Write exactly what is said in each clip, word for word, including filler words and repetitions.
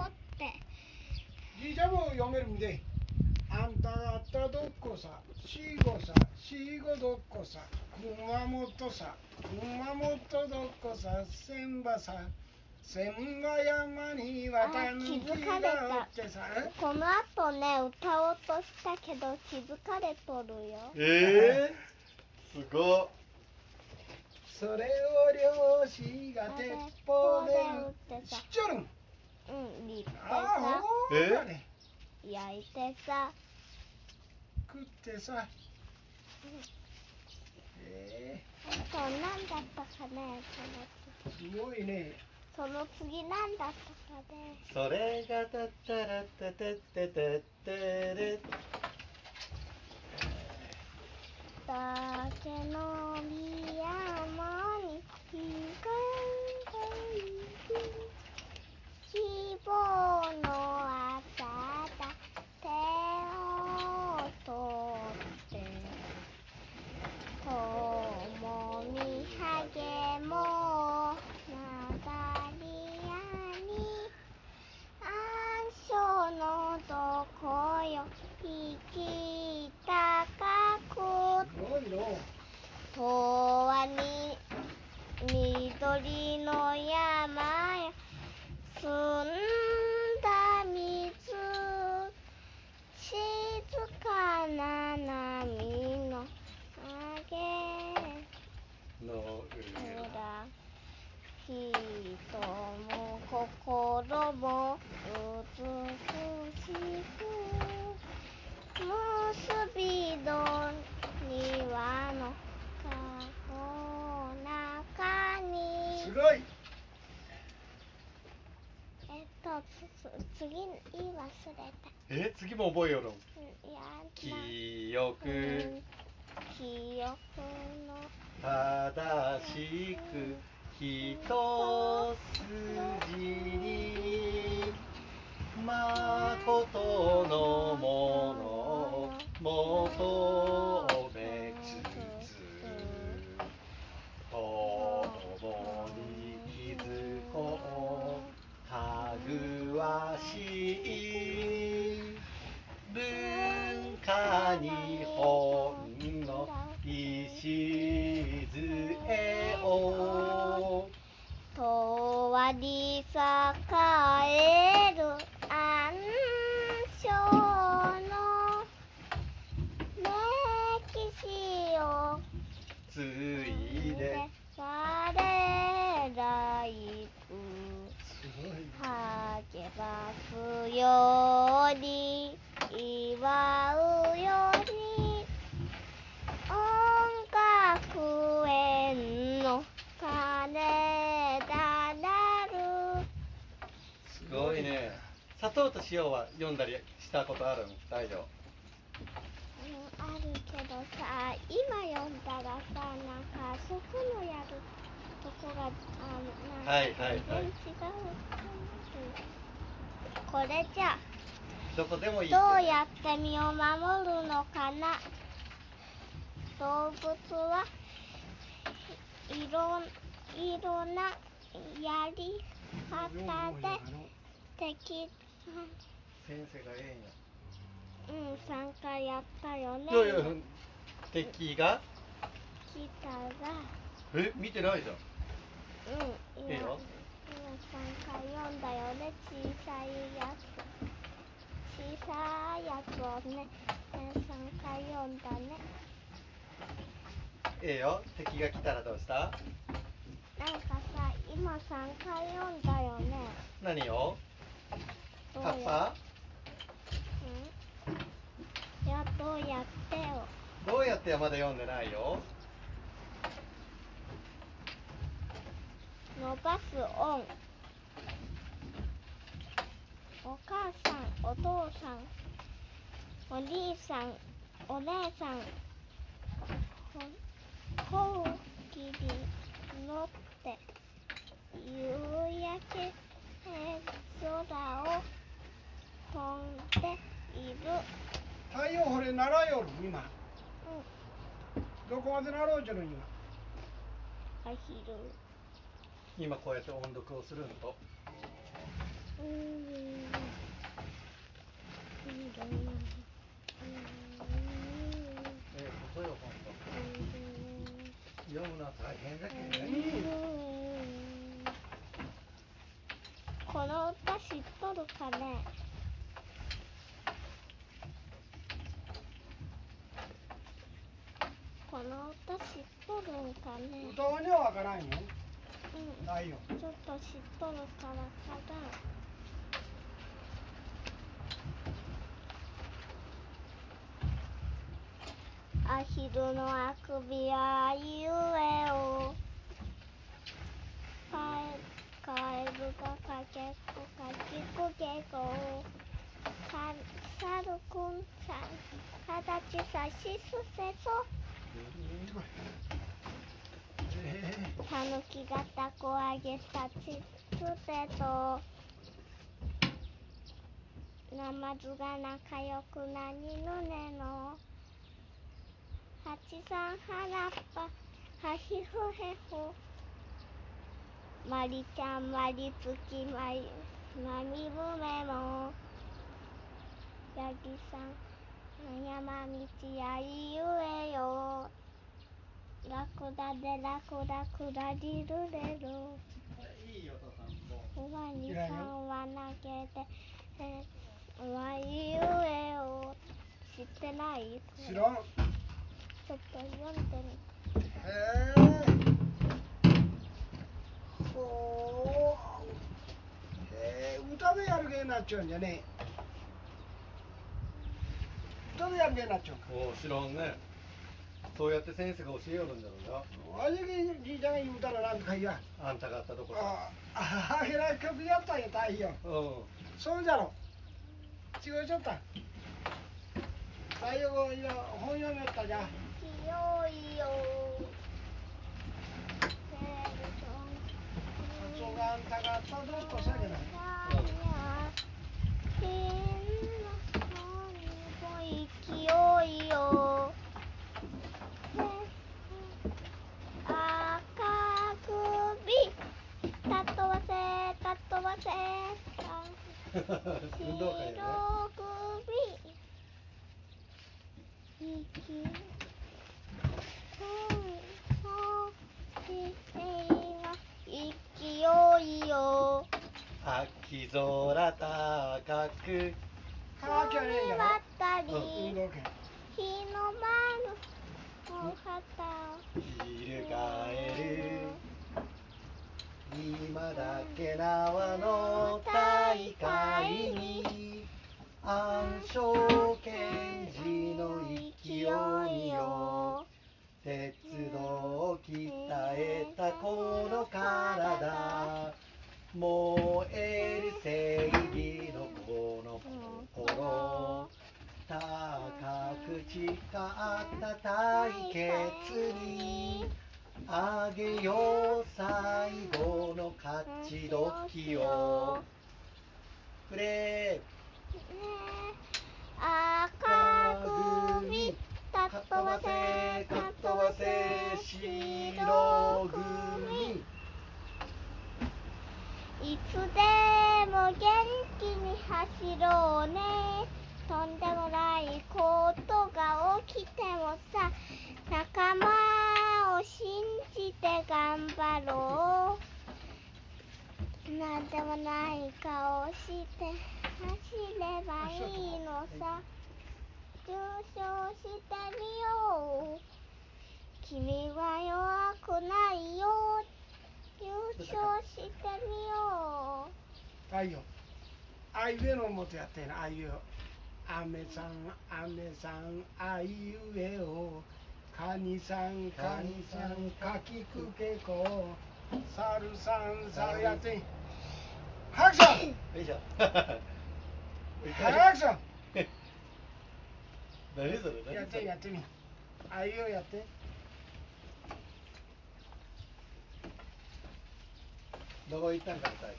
掘って。 じいちゃんも読めるんで。あんた方どこさ、しごさ、しごどこさ、熊本さ、熊本どこさ、千葉さ、千葉山に渡んきがおってさ。 この後ね、歌おうとしたけど気づかれとるよ。 えー、すごっ。 それを漁師が鉄砲で撃って知っちょるん。 うん、煮てさ、 え焼いてさ、 食ってさ、うん、えー、あと何だったかね、その次。すごいね。 その次何だったかね。 それがたったらたたったたったれ。 竹の実山に光がいる。希望の朝だ。手を取って共に励もう。なだりやに暗礁のどこよ。行きたかく。 すごいの。 とわに緑の山や澄んだ水。静かな波の影の裏。人も心も美しく。結び戸庭のかご中に。 すごい。 えっとつ次言い忘れた。 え次も覚えよるん。 いや記憶、うん、 記憶の正しく一筋にまことのものを求めつつ共に築こうたぐわしい文化日本の礎をとわり栄える暗礁の歴史をついで我ら行く。励ますより祝うより音楽園の鐘だなる。 すごいね。砂糖と塩は読んだりしたことあるん？大丈夫？ うん、あるけどさ、今読んだらさ、なんかそこのやるとこがあのなんか全然違うかな、はいはいはい、これじゃどこでもいい、 どうやって身を守るのかな。動物はいろいろなやり方で敵先生がええんや。うん、さんかいやったよね。 いやいや、敵が来たらえ、見てないじゃん。 うん、今、 いいよ。 今さんかい読んだよね、小さいやつ。小さいやつをね、さんかい読んだね。 ええよ、敵が来たらどうした？ なんかさ、今さんかい読んだよね。 何を？カッパ？ うん。いや、どうやってよ。 どうやってはまだ読んでないよ。 伸ばす音。お母さん、お父さん、お兄さん、お姉さん、ほうきに乗って夕焼け空を飛んでいる。 太陽ほれ習いよる今。 うん。 どこまで習うじゃろ今。 アヒル。 今こうやって音読をするんと。 うん。 大変だけどうね。 んこの歌知っとるかね。この歌知っとるんかね。 歌わにはわからんよ。 うん、 ないよ。 ちょっと知っとるからかな。アヒルのあくびはゆえお。カエカエルがかけっこかきくけこ。さサルくんさ形さしすせそ。たぬきがたこあげさちつてと。ナマズが仲良くなにぬねの。ハチさんはらっぱはひふへほ。まりちゃんまりつきまりまみぶめも。ヤギさん山道やいゆえよ。ラクダでラクダクラリルレロ。 いいよ、父さんもう。 ワニさんは投げてわいゆえよ。知ってない？ 知らん。 ちょっと読んでみて。 へえ。ほう。へえ、歌でやるげになっちゃうんじゃね。歌でやるげになっちゃうか。 おう、知らんね。そうやって先生が教えよるんだろうな。 あじきじいちゃんが言うたらなんかいや。 あんたがあったとこさ。 ああ、あへら曲やったんや、太陽。 うん。 そうじゃろ。違うちゃった。太陽が今本読みよったじゃん。 いよいよ。 そうがあんたがあったどっこさけない。 勢いよ。赤首たとわせたとわせ運動会よね。 白首息勢いよ。 秋空高く。 はきゃねえんじゃろ。 渡り運動会。 日の丸の旗翻る今だけ縄の大会に暗証検事の勢いよ。鉄道を鍛えたこの体燃える正義のこの心高く誓った対決にあげよう最後の勝ち時をくれ赤首たっ飛ばせたっ飛ばせ白組いつでも元気に走ろうね。とんでもないことが起きてもさ仲間を信じて頑張ろう。なんでもない顔して走ればいいのさ。優勝してみよう。君は弱くないよ。優勝してみよう。 太陽。あいうえのもとやってな、あいうえお。あめさん、あめさん、あいうえお。カニさん、カニさん、かきくけこ。サルさん、サルやってん。ハクション。 よいしょハクション。 何それやってやってみ。あいうえおやって。 どこ行ったんかな最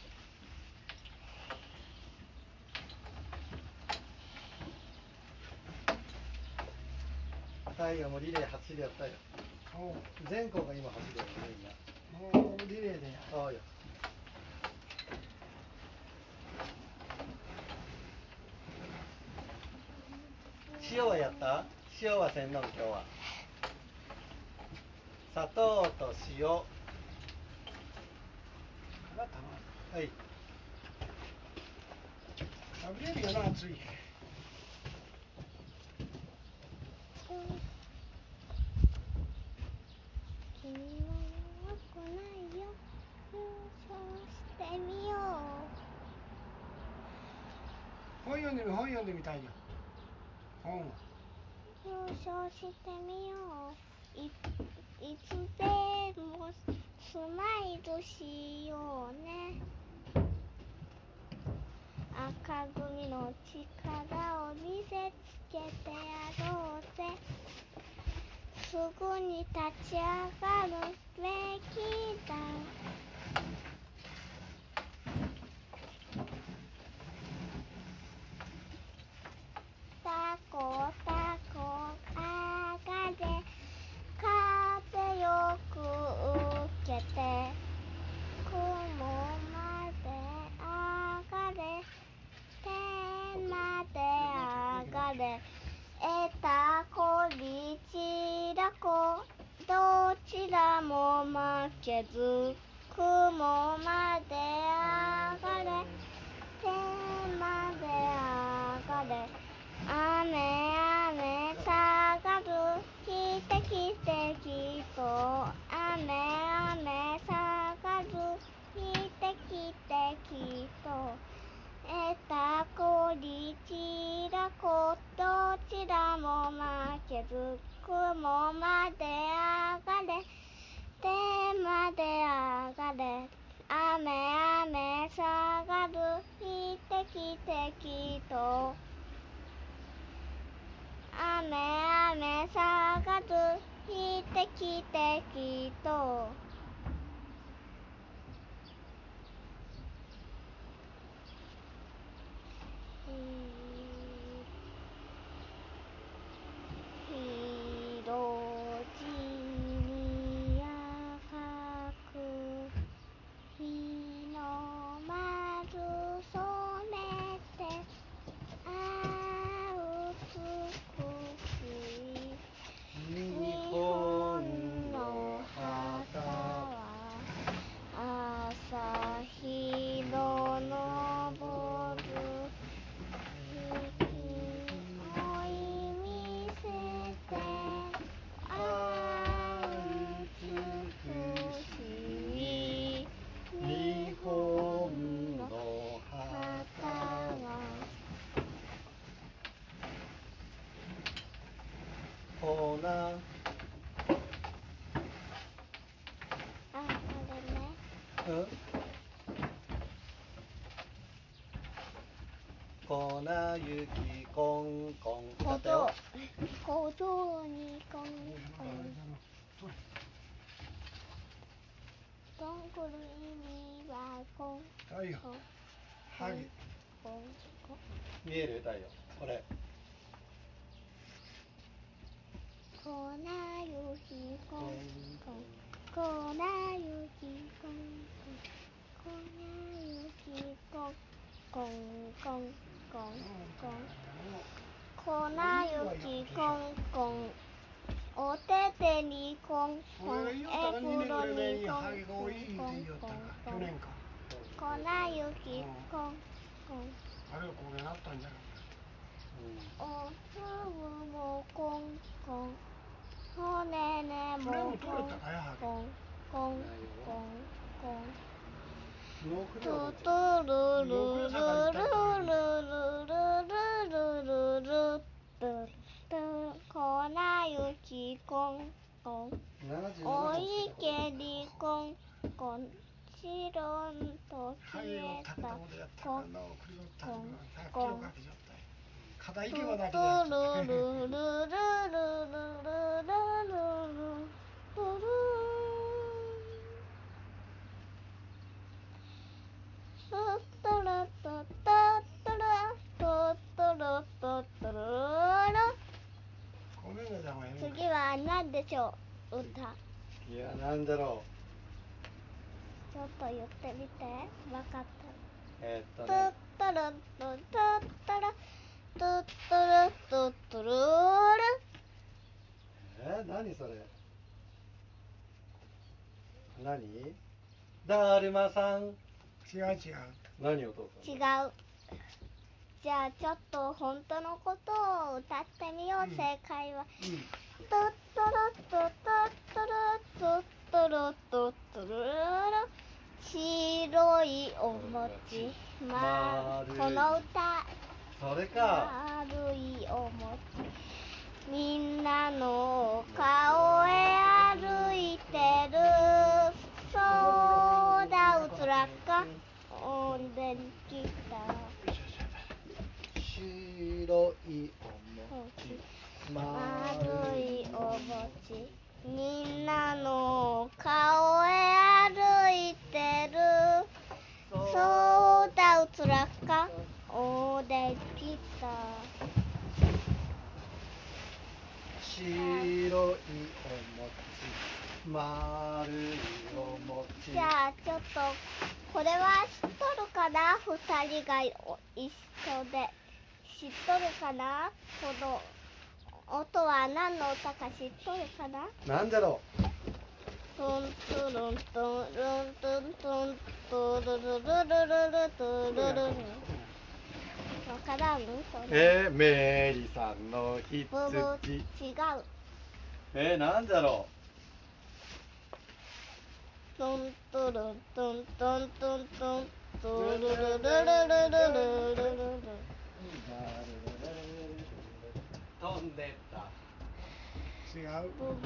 初太陽もリレー走りやったよ。 も全校が今走るよねみんな。 う、もうリレーでや。 ああよ。塩はやった？塩はせんのん今日は。 砂糖と塩。はからい。 食べれるよな、暑い。 君は弱くないよ。優勝してみよ本読んでみ、本読んでみたいよ。本。 う。優勝してみよう。い、いつでもスマイルしようね。赤組の力を見せつけてやろうぜ。すぐに立ち上がるべきだ。タコタコあがれ、風よく受けて、雲まで上がれ、天まで上がれ、えたこりちらこ、どちらも負けず、雲まで上がれ、天まで上がれ、雨雨下がる、きてきてきと、雨雨下がる、きてきてきと、えたこりちらこ、どちらも負けず、雲まで上がれ、天まで上がれ、雨雨下がる、きてきてきと、雨雨下がる、きてきてきと、ひろじに赤く、日の丸染めて、ああ美しい日本の旗は、朝日の昇る月追い見せて、ああ美しい日本の旗は、 ほな。 あ、あれね。 うん。粉雪コンコン。だったよ。 小僧にコンコン。どんぐりにはコン太陽。 コン。 ハゲ。 コンコン。 見える太陽。これ。 粉雪コンコン。粉雪コンコン。粉雪コンコンコンコンコン。粉雪コンコン。おててにコンコン。えふろにコンコンコンコンコン。 去年か。 粉雪コンコン。 あれはこげなったんじゃないお粒もコンコン。おねねもそれもコン取れたかやはコンコンコンコン。 ノークリトアトルルルルルルルルルルルルルル、粉雪コンコン。お池にコンコン。白と消えたコンコンコン。 肩池まトだけトルルルルルルルルルルルル。トトロトトトロトトロトトロロ。次は何でしょう、歌。 いや、なんだろちょっと言ってみて。わかった。 う。えー、っとトね。 トロトトトロトトロトトロロ。 えー、何それ。 何？だるまさん。 違う違う。 何お父違う。 さん？ じゃあちょっと本当のことを歌ってみよう。 うん正解は。 うん。 トットロットトットロットットロットットロロロ白いお餅、ま丸いこの歌。 それか。 丸いお餅、みんなの顔へ歩いてる。そうだ、うつらかおんでに来た。 白いお餅、 丸いお餅、みんなの顔へ歩いてる。そうだ、うつらかおできた。 白いお餅、丸いお餅。 じゃあちょっとこれは知っとるかな。ふたりが一緒で知っとるかな。この音は何の歌か知っとるかな。 なんだろトントロントンロントントントルルルルルルトルルル。わからんそう。 れ。 えー、メリさんのひブブつ違き。 う。 えー、なんだろトントロントントントントントルルルルルルルルルル。 う。飛んでった違う。 ブブ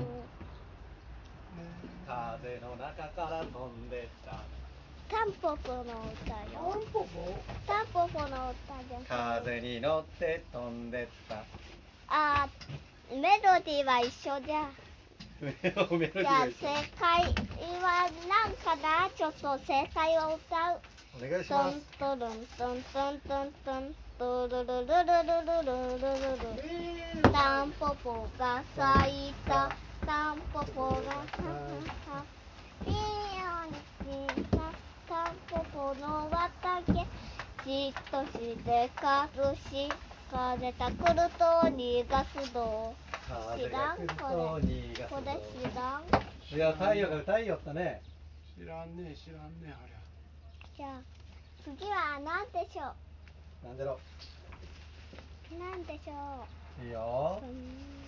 風の中から飛んでったタンポポの歌タよ。 ンポポ。 タンポポの歌じゃん。 風に乗って飛んでったあー、メロディーは一緒じゃん。 メロメロディじゃあーが一緒正解は何かな。ちょっと正解を歌う。 お願いしトンます。 トロントントントントントルルルルルルルルルルル。タンポポが咲いた。タンポポが咲いた。ピヨに散ったタンポポの畑。じっとしてかるし。風たくると逃がすぞ。 風が来ると逃がすぞ。 これ知らん。 いや、太陽が歌いよったね。 知らんね知らんねありゃ。 じゃあ次は何でしょなんだろう。何でしょう。いいよう。うー。ん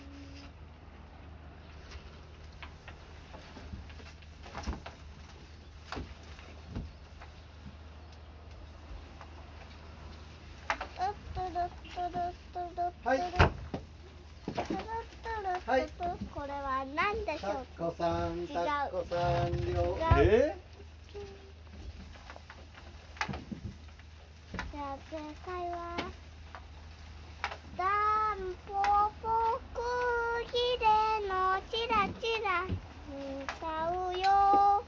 はいはいこれは何でしょう。 タッコさん、 違うタッコさん、両違うえじゃあ正解はタンポポくぎれのチラチラ歌うよ。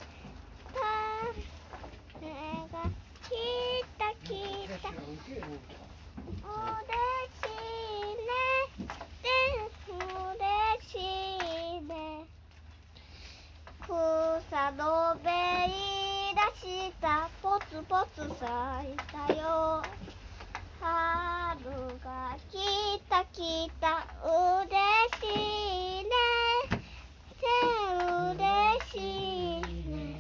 種がきたきた。うれしいね。でうれしいね。草の芽いらしたポツポツ咲いたよ。春が来た来たうれしいね。うれしいね。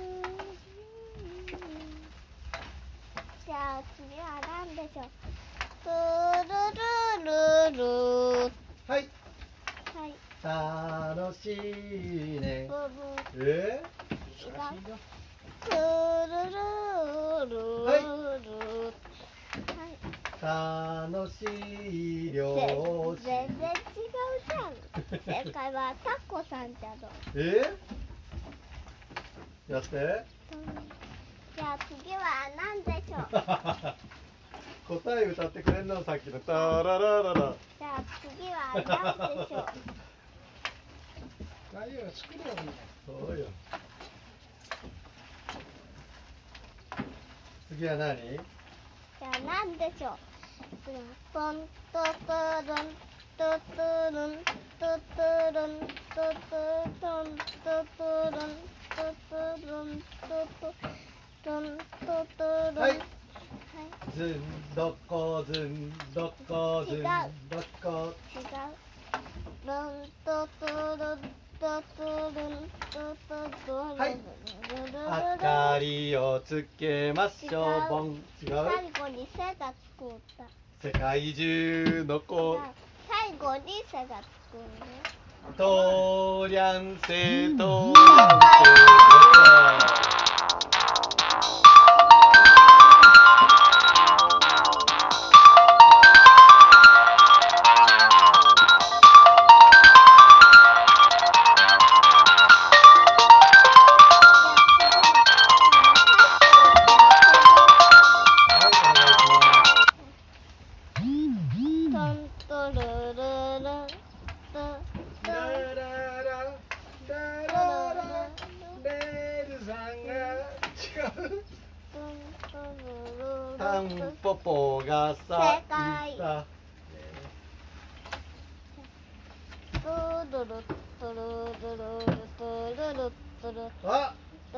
じゃあ次は何でしょう。ルルルルル。 はい。 はい。 楽しいね。 ブブえ違う。ルルルルル。 はいはい。 楽しい漁師。 全然違うじゃん。正解はタコさんじゃぞ。 えやってじゃあ次は何でしょう。 答え歌ってくれんのさっきのタララララ。 じゃあ次は何でしょう。 太陽が作るよね。 そうよ。次は何？ じゃあ何でしょう。トントトルントトルントトルントトルントトルントトルントトルントトルン。 はい。 はい。 ずんどこずんどこずんどこ。 違う。ルントトルンはい明かりをつけましょう。ボン。違う。 最後に背がつく歌。 世界中の子。 最後に背がつくね。 とりゃんせとタンポポが咲いた。あ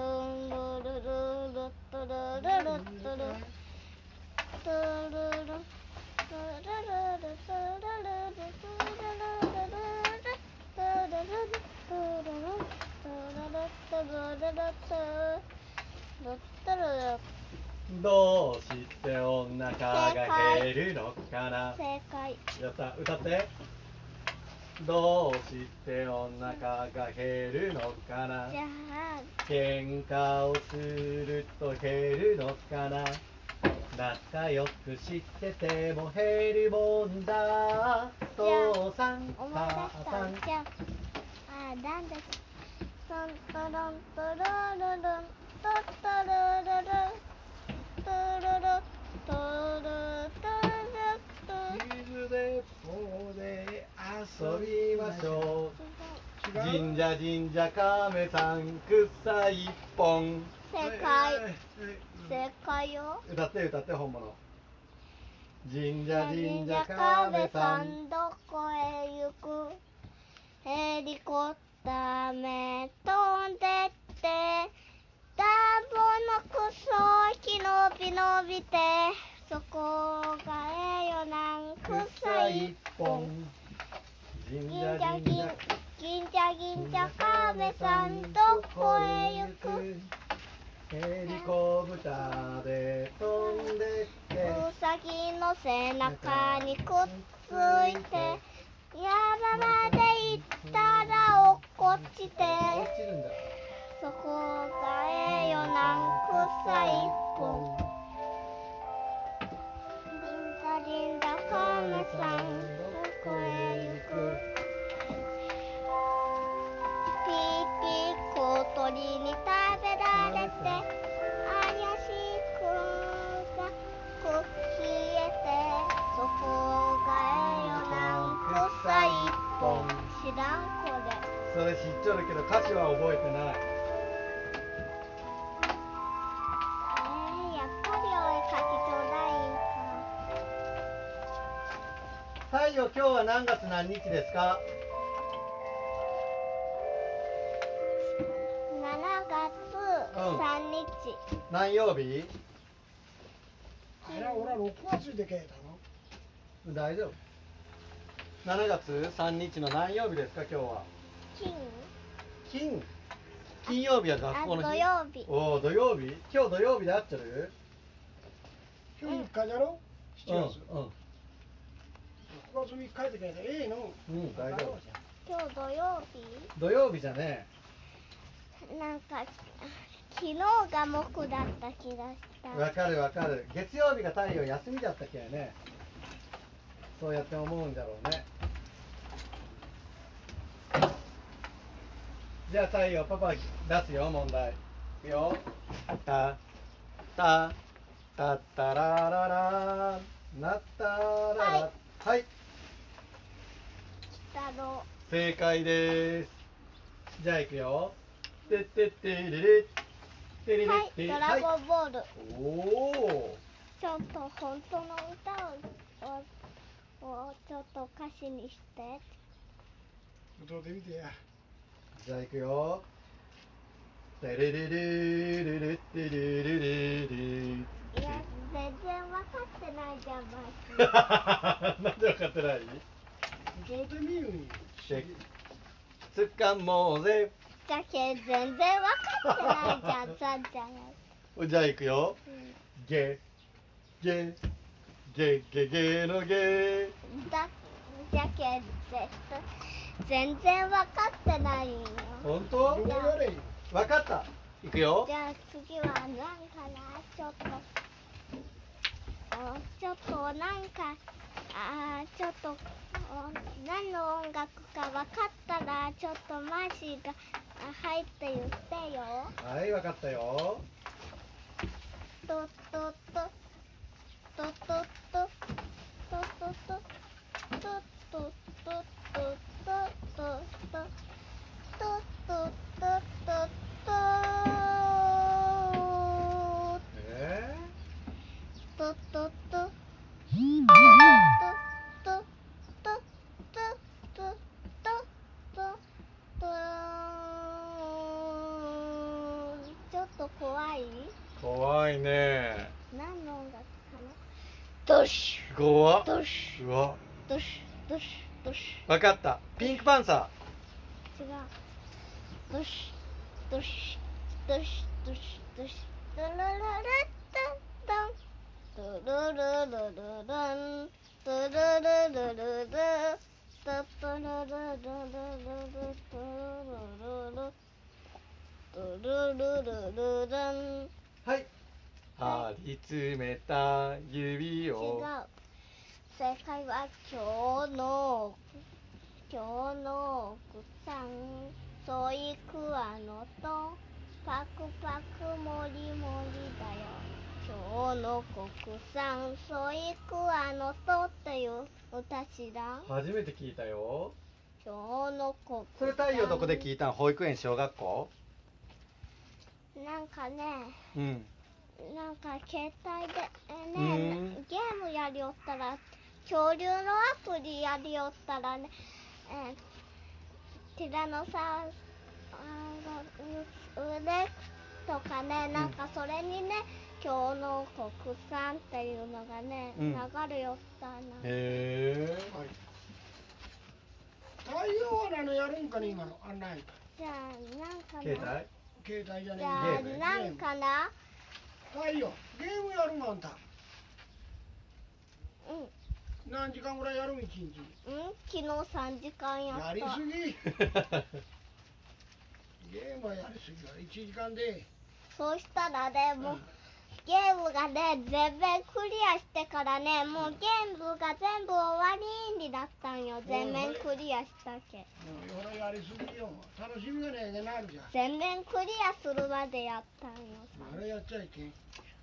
どうしてお腹が減るのかな。 正解。 やった、歌って。どうしてお腹が減るのかな。 じゃあ喧嘩をすると減るのかな。仲良くしてても減るもんだ。父さん思い出母したさん。 じゃああなんだっけ。トントロントロロロントトロロロントロロトロトロト水でこで遊びましょう。 違う。 神社神社亀さん草一本。 正解。正解よ。 歌って歌って本物。神社神社神亀さ社さん。 んどこへ行く。ヘリコプターめ飛んでって田んぼの草木伸び伸びてそこがええよなん草一本。 神銀社神じゃ銀社銀じゃ銀じゃ亀さんどこへ行く。 ヘリコプターで飛んでってうさぎの背中にくっついて山まで行ったら落っこちて落ちるんだ。 そこがええよなん草一本。銀座銀座亀さんどこへ行く。ピーピー小鳥に食べられて怪しくがく消えてそこがええよなん草一本。知らんこれ。 それ知っちょるけど歌詞は覚えてない。 えー、やっぱりお絵かきちょうだいんか。 太陽、今日は何月何日ですか。 しちがつさんにち。 何曜日。 あれは俺はろくがつでけえたの。 大丈夫。しちがつさんにちの何曜日ですか今日は。 金金。金曜日は学校の日。 あ土曜日。 おお土曜日。今日土曜日で合っちゃる。 今日みっかじゃろ。しちがつ。 うんうんろくがつみっかでけえたらええの。 うん大丈夫。 今日土曜日。 土曜日じゃねなんか昨日が木だった気がした。 わかるわかる。月曜日が太陽休みだったっけやね。そうやって思うんだろうね。じゃあ太陽パパ出すよ問題。いくよ。たたたったらららなったらら。 はいはい。 北の正解です。じゃあいくよ。てってってれれてれれはいて。 ドラゴンボール。 おお。 ちょっと本当の歌をををちょっと歌詞にして。 どうで見てや。 じゃあいくよ。てれれれれれてれれれれ。 いや全然分かってないじゃんマーキー。 なんで分かってない？ どうで見るんよ。 せつかもうぜ。 じゃけ全然分かってないじゃん、さんちゃんや。 じゃあ行くよ。 うんゲゲゲゲゲのゲ。 だじゃけ全然分かってないよ。 本当？ どうやれよ。 わかった。行くよ。 じゃあ次は何かな、ちょっとおちょっとなんかあーちょっとお何の音楽か分かったらちょっとマーシーがあ入って言ってよ。 はい、わかったよ。 とっとっととっとっととっとっととっとっととっとっととっとっととっとっととえとっとっととっとっととっとっととちょっと怖い？ ー、怖いね。 何の音楽かな？ドシ怖っ。 ドシうわ。 ドシドシドシわかった。ピンクパンサ違う。ドシドシドシドシドシドラララッタンドゥルルルルルンドゥルルルルルドゥルルルルルルドゥルルルルルン。 ー。はい。張り詰めた指違う。 を。 正解は今日の今日の奥さんそういくわのとパクパクもりもりだよ。今日の国産そういくわのとっていう歌知らん？ 初めて聞いたよ。 今日の国産。 それ太陽どこで聞いたん？保育園、小学校？ なんかね、 うん。 なんか携帯でえうねんゲームやりよったら恐竜のアプリやりよったらね、えーティラノサウルレックスとかね、なんかそれにね、今日の国産っていうのがね、 うん流れよったな。 へえ。 はい。太陽は何やるんかね、今の。あんないか。 じゃあなんか携な。 帯？ 携帯じゃねじゃあゲームなんかな。 太陽、ゲームやるんあんた。 うん何時間ぐらいやるん一日。 うん昨日さんじかんやった。 やりすぎ。ゲームはやりすぎだ。いちじかんで。 そうしたらね、もう、 うんゲームがね、全面クリアしてからね、もうゲームが全部終わりになったんよ。全面クリアしたけ。 もう、俺やりすぎよ。楽しみがねえなるじゃん。 全面クリアするまでやったんよ。 あれやっちゃいけん。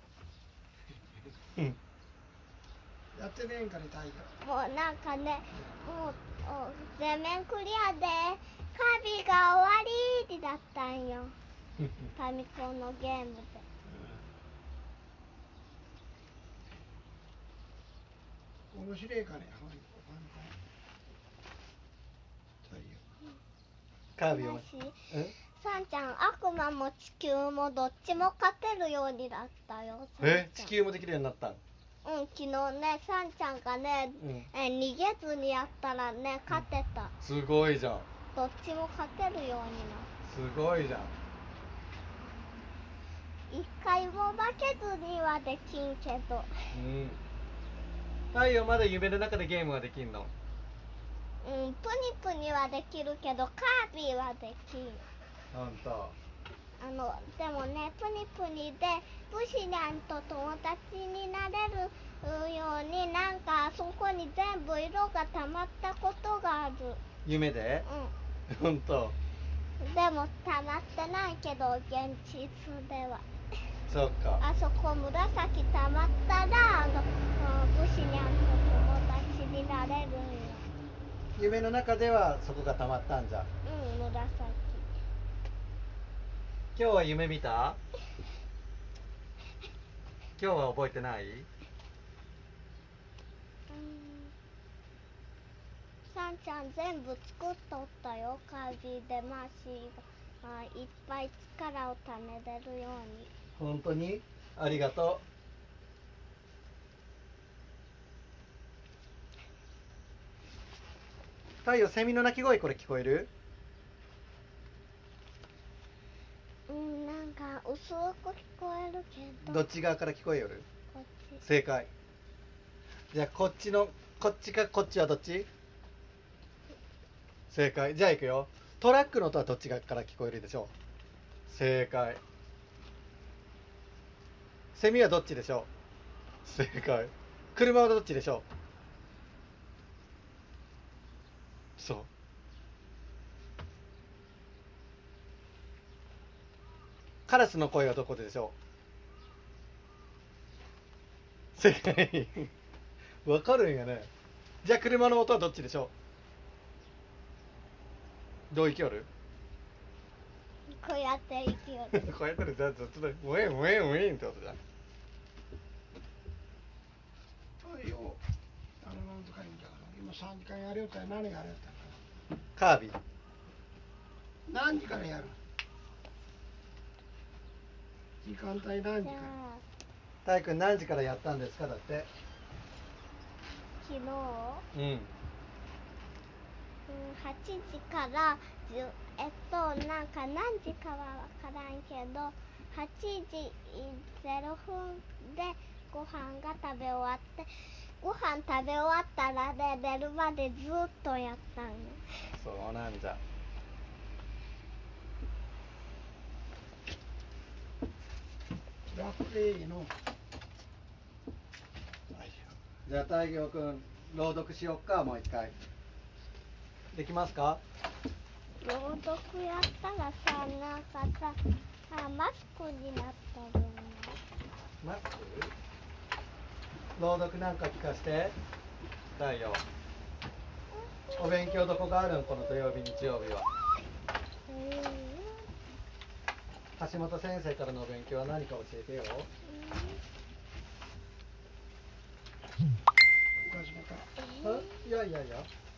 うん。 やってねえんかね、太陽。 もうなんかね、もう、お全面クリアで、カービィが終わりになったんよ。ファミコンのゲームで。 面白いかね、ファミコン。太陽。 カービィを。 なしうん。 さんちゃん、悪魔も地球もどっちも勝てるようになったよ。 え、 さんちゃん地球もできるようになったん？ うん、昨日ね、さんちゃんがね、 うんえ逃げずにやったらね、勝てた。 すごいじゃん。 どっちも勝てるようになっすごいじゃん。 た。一回も負けずにはできんけど。 うん。太陽まだ夢の中でゲームはできんの？ うん、プニプニはできるけど、カービィはできん。 ほんと。 あの、でもね、プニプニで、ブシニャンと友達になれるように、なんかあそこに全部色が溜まったことがある。 夢で？ うほんと。 ん。でも溜まってないけど、現実では。 そっか。 あそこ紫溜まったら、あの、ブシニャンと友達になれるんよ。 夢の中ではそこが溜まったんじゃ。 うん、紫。 今日は夢見た？今日は覚えてない？ うん。さんちゃん全部作っとったよ、カービィでマーシーが、あ、いっぱい力をためれるように。 本当に？ありがとう。太陽、セミの鳴き声これ聞こえる？ 薄く聞こえるけど。 どっち側から聞こえよる？ こっち。 正解。じゃあこっちのこっちかこっちはどっち？正解。じゃあいくよ。トラックの音はどっち側から聞こえるでしょう？正解。セミはどっちでしょう？正解。車はどっちでしょう？そう。カラスの声はどこでしょう？正解。わかるんやね。じゃあ車の音はどっちでしょう？どう生きよる？ こうやって生きよる。 こうやってるじゃあちょっとウェンウェンウェンってことじゃん。 太陽あのなんとかいいんだから今さんじかんやりよったら何やりよったかカービィ。 な何時からやる？時間帯何時じゃから？ あタイ君何時からやったんですか？だって昨日、うん、 うんはちじからじゅえっとなんか何時かはわからんけどはちじぜろふんでご飯が食べ終わってご飯食べ終わったらで寝るまでずっとやったんよ。 そうなんじゃ。 楽でいいの？ じゃあ太陽君朗読しよっか。もう一回できますか？ 朗読やったらさなんかさあマスクになってるんよ。 マスク？朗読なんか聞かして太陽。お勉強どこがあるん？この土曜日日曜日は。橋本先生からのお勉強は何か教えてよ。 岡島からあいやいやいや。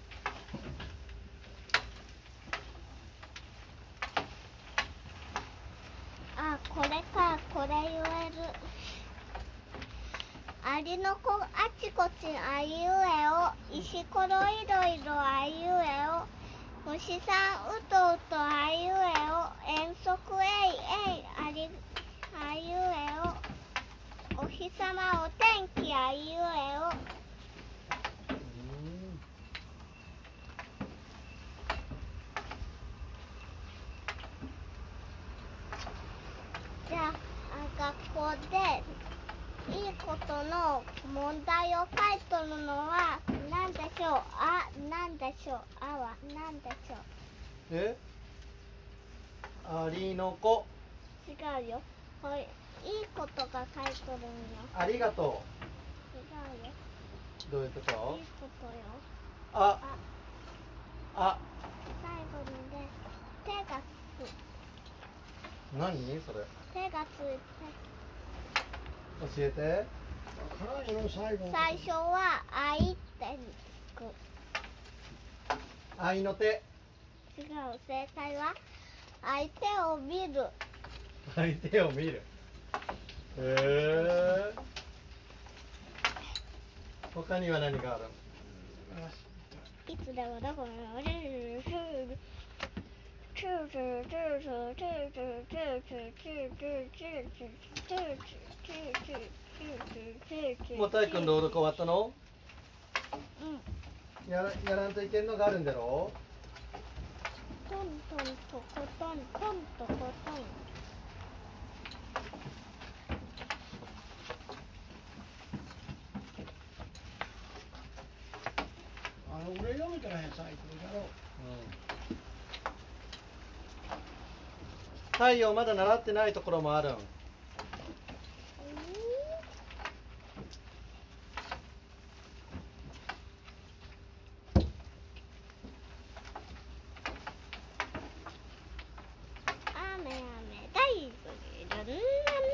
あ、これか、これ言える。ありのこあちこちあいうえお、石ころいろいろあいうえお、虫さんうとうとあいうえお、遠足えいえいありあいうえお、お日さまお天気あいうえお。じゃあ、学校でいいことの問題を書いとるのは何でしょう？あ、なんでしょう？あはなんでしょう？ え？ありのこ。 違うよ。これいいことが書いとるんよ。 ありがと違うよ。 う。どういうこと？ いいことよ。 ああ、 あ最後にね、手がつく。 何それ？ 手がついて。 教えて。 わからんよ最後。 最初はあいってにつく。 あいの手。 違う。正解は相手を見る。 相手を見る。へえ。他には何がある？ いつでもどこでももうたいくん朗読終わったの？ うん。 やらやらんといけんのがあるんだろう？ トントントコトントントコトン。 あの俺読めたらへんサイクルだろう。 太陽まだ習ってないところもあるん。 雨雨大好きだんだん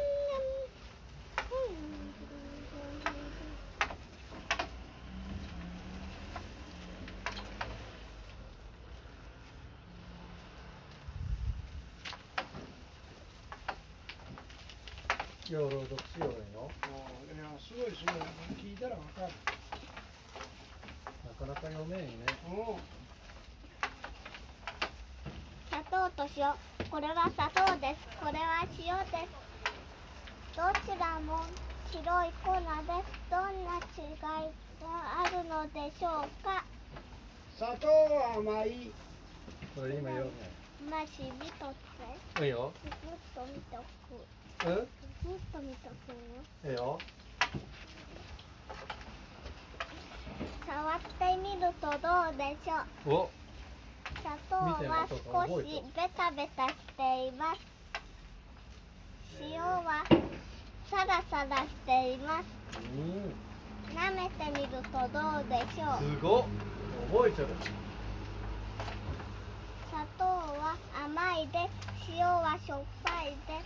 よう朗読しようよ。 いやすごいすごい聞いたらわかる。 なかなか読めんね。 うん。 砂糖と塩。これは砂糖です。これは塩です。 どちらも白い粉です。どんな違いがあるのでしょうか。 砂糖は甘い。 これ今よ。 まし見とって。 いいよ。 ずっと見とく。 うん？ ずっと見とくよ。 いいよ。 触ってみるとどうでしょう。 お。 砂糖は少しベタベタしています。塩はサラサラしています。 うん。 舐めてみるとどうでしょう。 すごっ。覚えちゃう。 砂糖は甘いで、塩はしょっぱいで。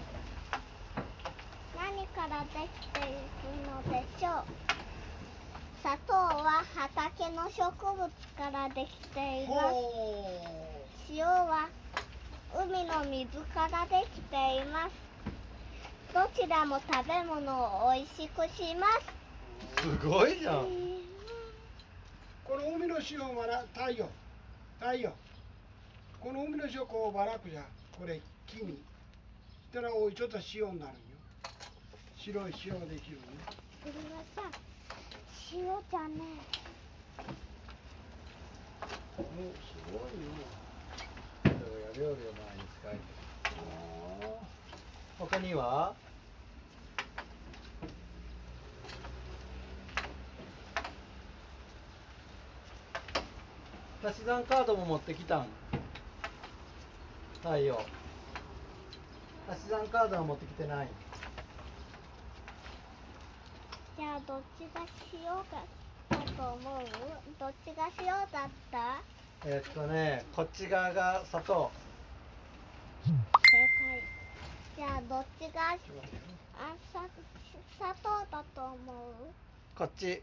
何からできているのでしょう。砂糖は畑の植物からできています。塩は海の水からできています。どちらも食べ物をおいしくします。 すごいじゃん。 この海の塩はら太陽太陽この海の塩こうばらくじゃこれ黄身たらおいちょっと塩になるんよ。白い塩ができるね。 それはさ塩じゃねおすごいよ。 それが料理を前に使えて。他には？足し算カードも持ってきたん。太陽。足し算カードは持ってきてない。 じゃあどっちが塩だと思う？どっちが塩だった？ えーっとね、こっち側が砂糖。 正解。じゃあどっちがあさ砂糖だと思う？ こっち。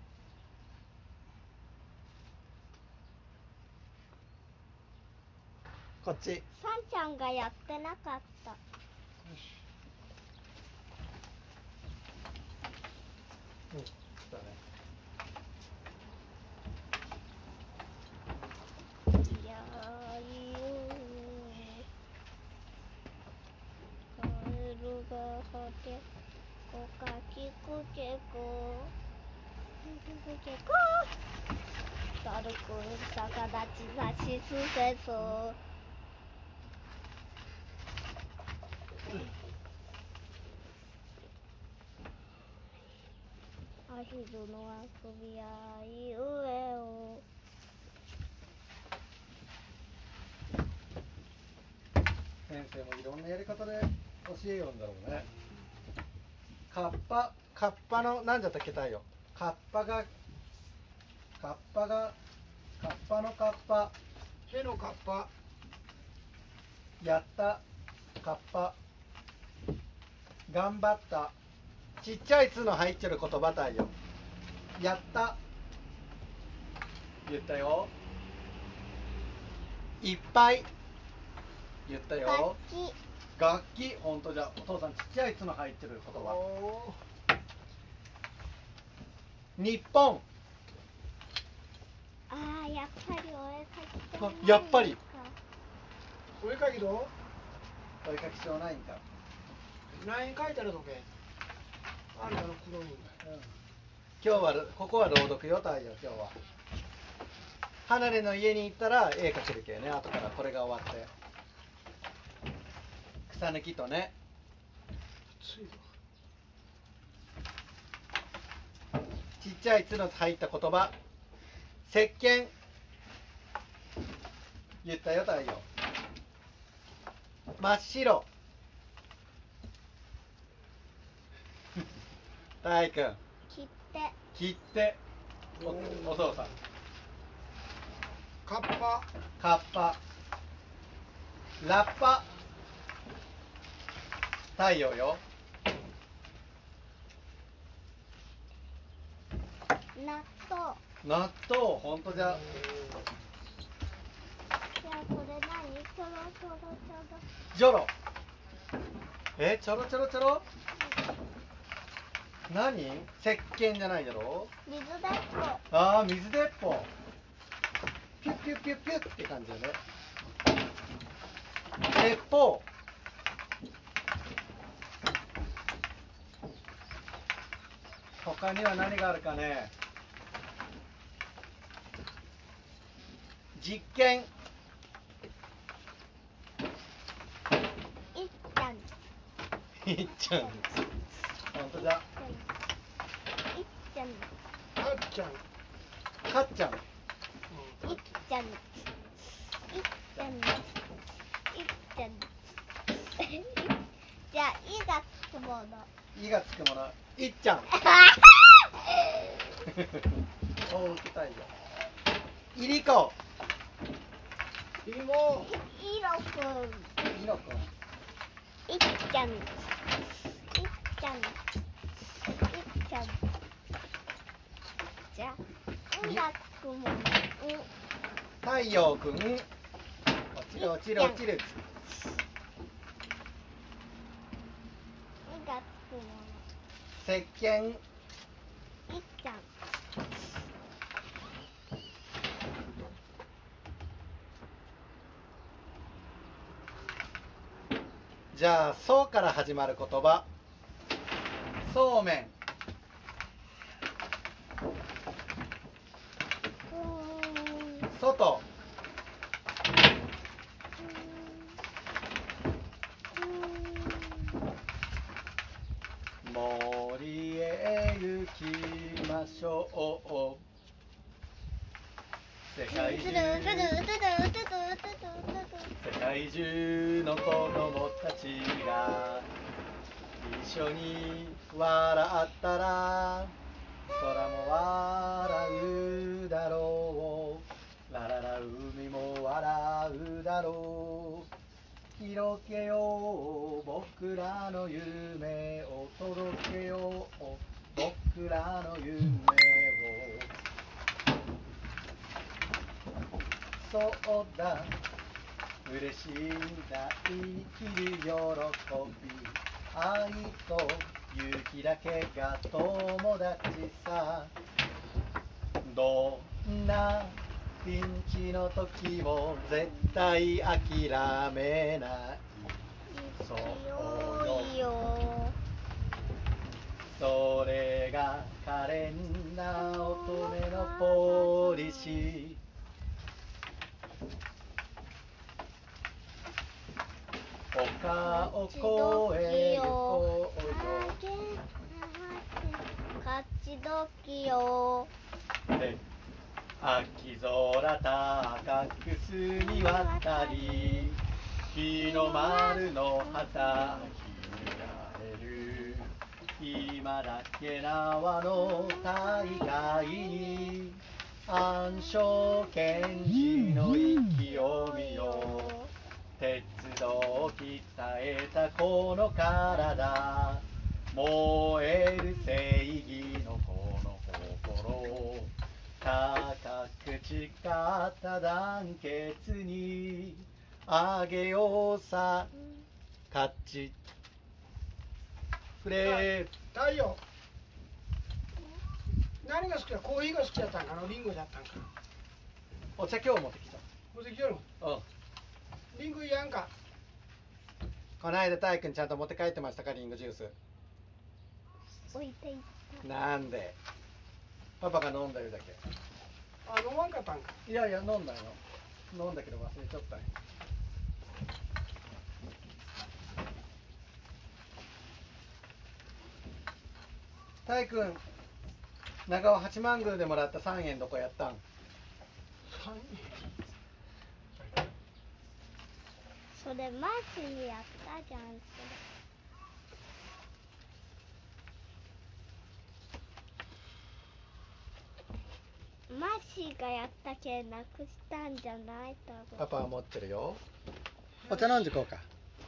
こっち。 さんちゃんがやってなかった。 うん、だね。 いやーよーカエルがはけこかきくけこくけこだるく逆立ちさしすせそアヒルの遊びやいうえお先生もいろんなやり方で教えようんだろうね。カッパ、カッパの何だったっけ太陽。カッパが、カッパが、カッパのカッパ。 毛のカッパ。 やった、カッパ。頑張った。ちっちゃい「つ」の入ってる言葉太陽。やった。言ったよ。いっぱい。言ったよ。 楽器楽器。ほんとじゃ。お父さんちっちゃい「つ」の入ってる言葉。日本。 あーやっぱりお絵描きとあやっぱりお絵かきどお絵かきしようないんか。 う何円書いてあるとけあるだろ黒いんだ。 今日はここは朗読よ太陽。今日は離れの家に行ったら絵描けるけね。後からこれが終わって草抜きとね。 ついちっちゃい「つ」の入った言葉。石鹸。言ったよ太陽。真っ白。大君。 切って切ってお、お父さん。 カッパ。 カッパ。ラッパ。太陽よ。 納豆納豆。ほんとじゃ。 じゃあこれ何ちょろちょろちょろジョロ。え、ちょろちょろちょろ。何？石鹸じゃないだろ。 水鉄砲ああ、水鉄砲。ピュッピュッピュッピュッって感じだね。鉄砲。 他には何があるかね。実験。 いっちゃん。 いっちゃん。本当だ。 いっちゃん。 かっちゃん。 かっちゃん。 いっちゃん。いっちゃん。いっちゃん。じゃあ、いがつくもの。 いがつくもの。いっちゃん。おう、たいよ。いりこ。 いも。 いろくん。 いろくん。 いっちゃん。いっちゃん。いっちゃん。じゃあ、いがつくもの。 太陽くん。落ちる落ちる落ちる。 いがつくもの。 石鹸。 いっちゃん。 じゃあ、そうから始まる言葉。そうめん。外。森へ行きましょう。世界中世界中の子供たちが一緒に笑ったら空も笑うだろう。ラララ海も笑うだろう。広げよう僕らの夢を届けよう僕らの夢を。そうだ嬉しいんだ生きる喜び愛と勇気だけが友達さ。どんなピンチの時も絶対諦めない。そうよそれが可憐な乙女のポリシー。丘を越え行こうよ勝ち時よで秋空高く澄み渡り日の丸の旗広がれる。今だけ縄の大海に暗唱剣士の意気を見よう。鉄道を鍛えたこの体燃える正義のこの心高く誓った団結にあげようさ勝ちくれ。 太陽。何が好きだ。コーヒーが好きだったんかな。リンゴだったんかな。 お茶今日持ってきた。 持ってきてる。 うんリンゴいやんか。 この間大君ちゃんと持って帰ってましたかリンゴジュース。 置いていったなんでパパが飲んだよだけ。 あ、飲まんかったんか。 いやいや飲んだよ。飲んだけど忘れちゃったよ。大君長尾八幡宮でもらったさんえんどこやったん。 さんえん。 それマーシーにやったじゃん。それマーシーがやったけんなくしたんじゃない多分。 パパは持ってるよ。お茶飲んでこうか。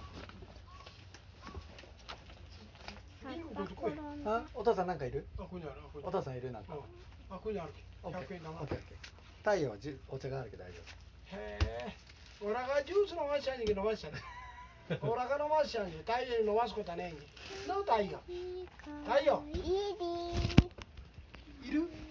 リンゴこっち来い。 あ、お父さんなんかいる。 あ、ここにある。あここにお父さんいるなんか。 うんあ、ここにある。 オッケーひゃくえん玉。 オッケーオッケー。太陽はじゅお茶があるけど大丈へえ。俺がジュース飲ましたんやけど飲ましたね。俺が飲ましたんで、太陽に飲ますことはねえんで。な、太陽。太陽。 いいりいる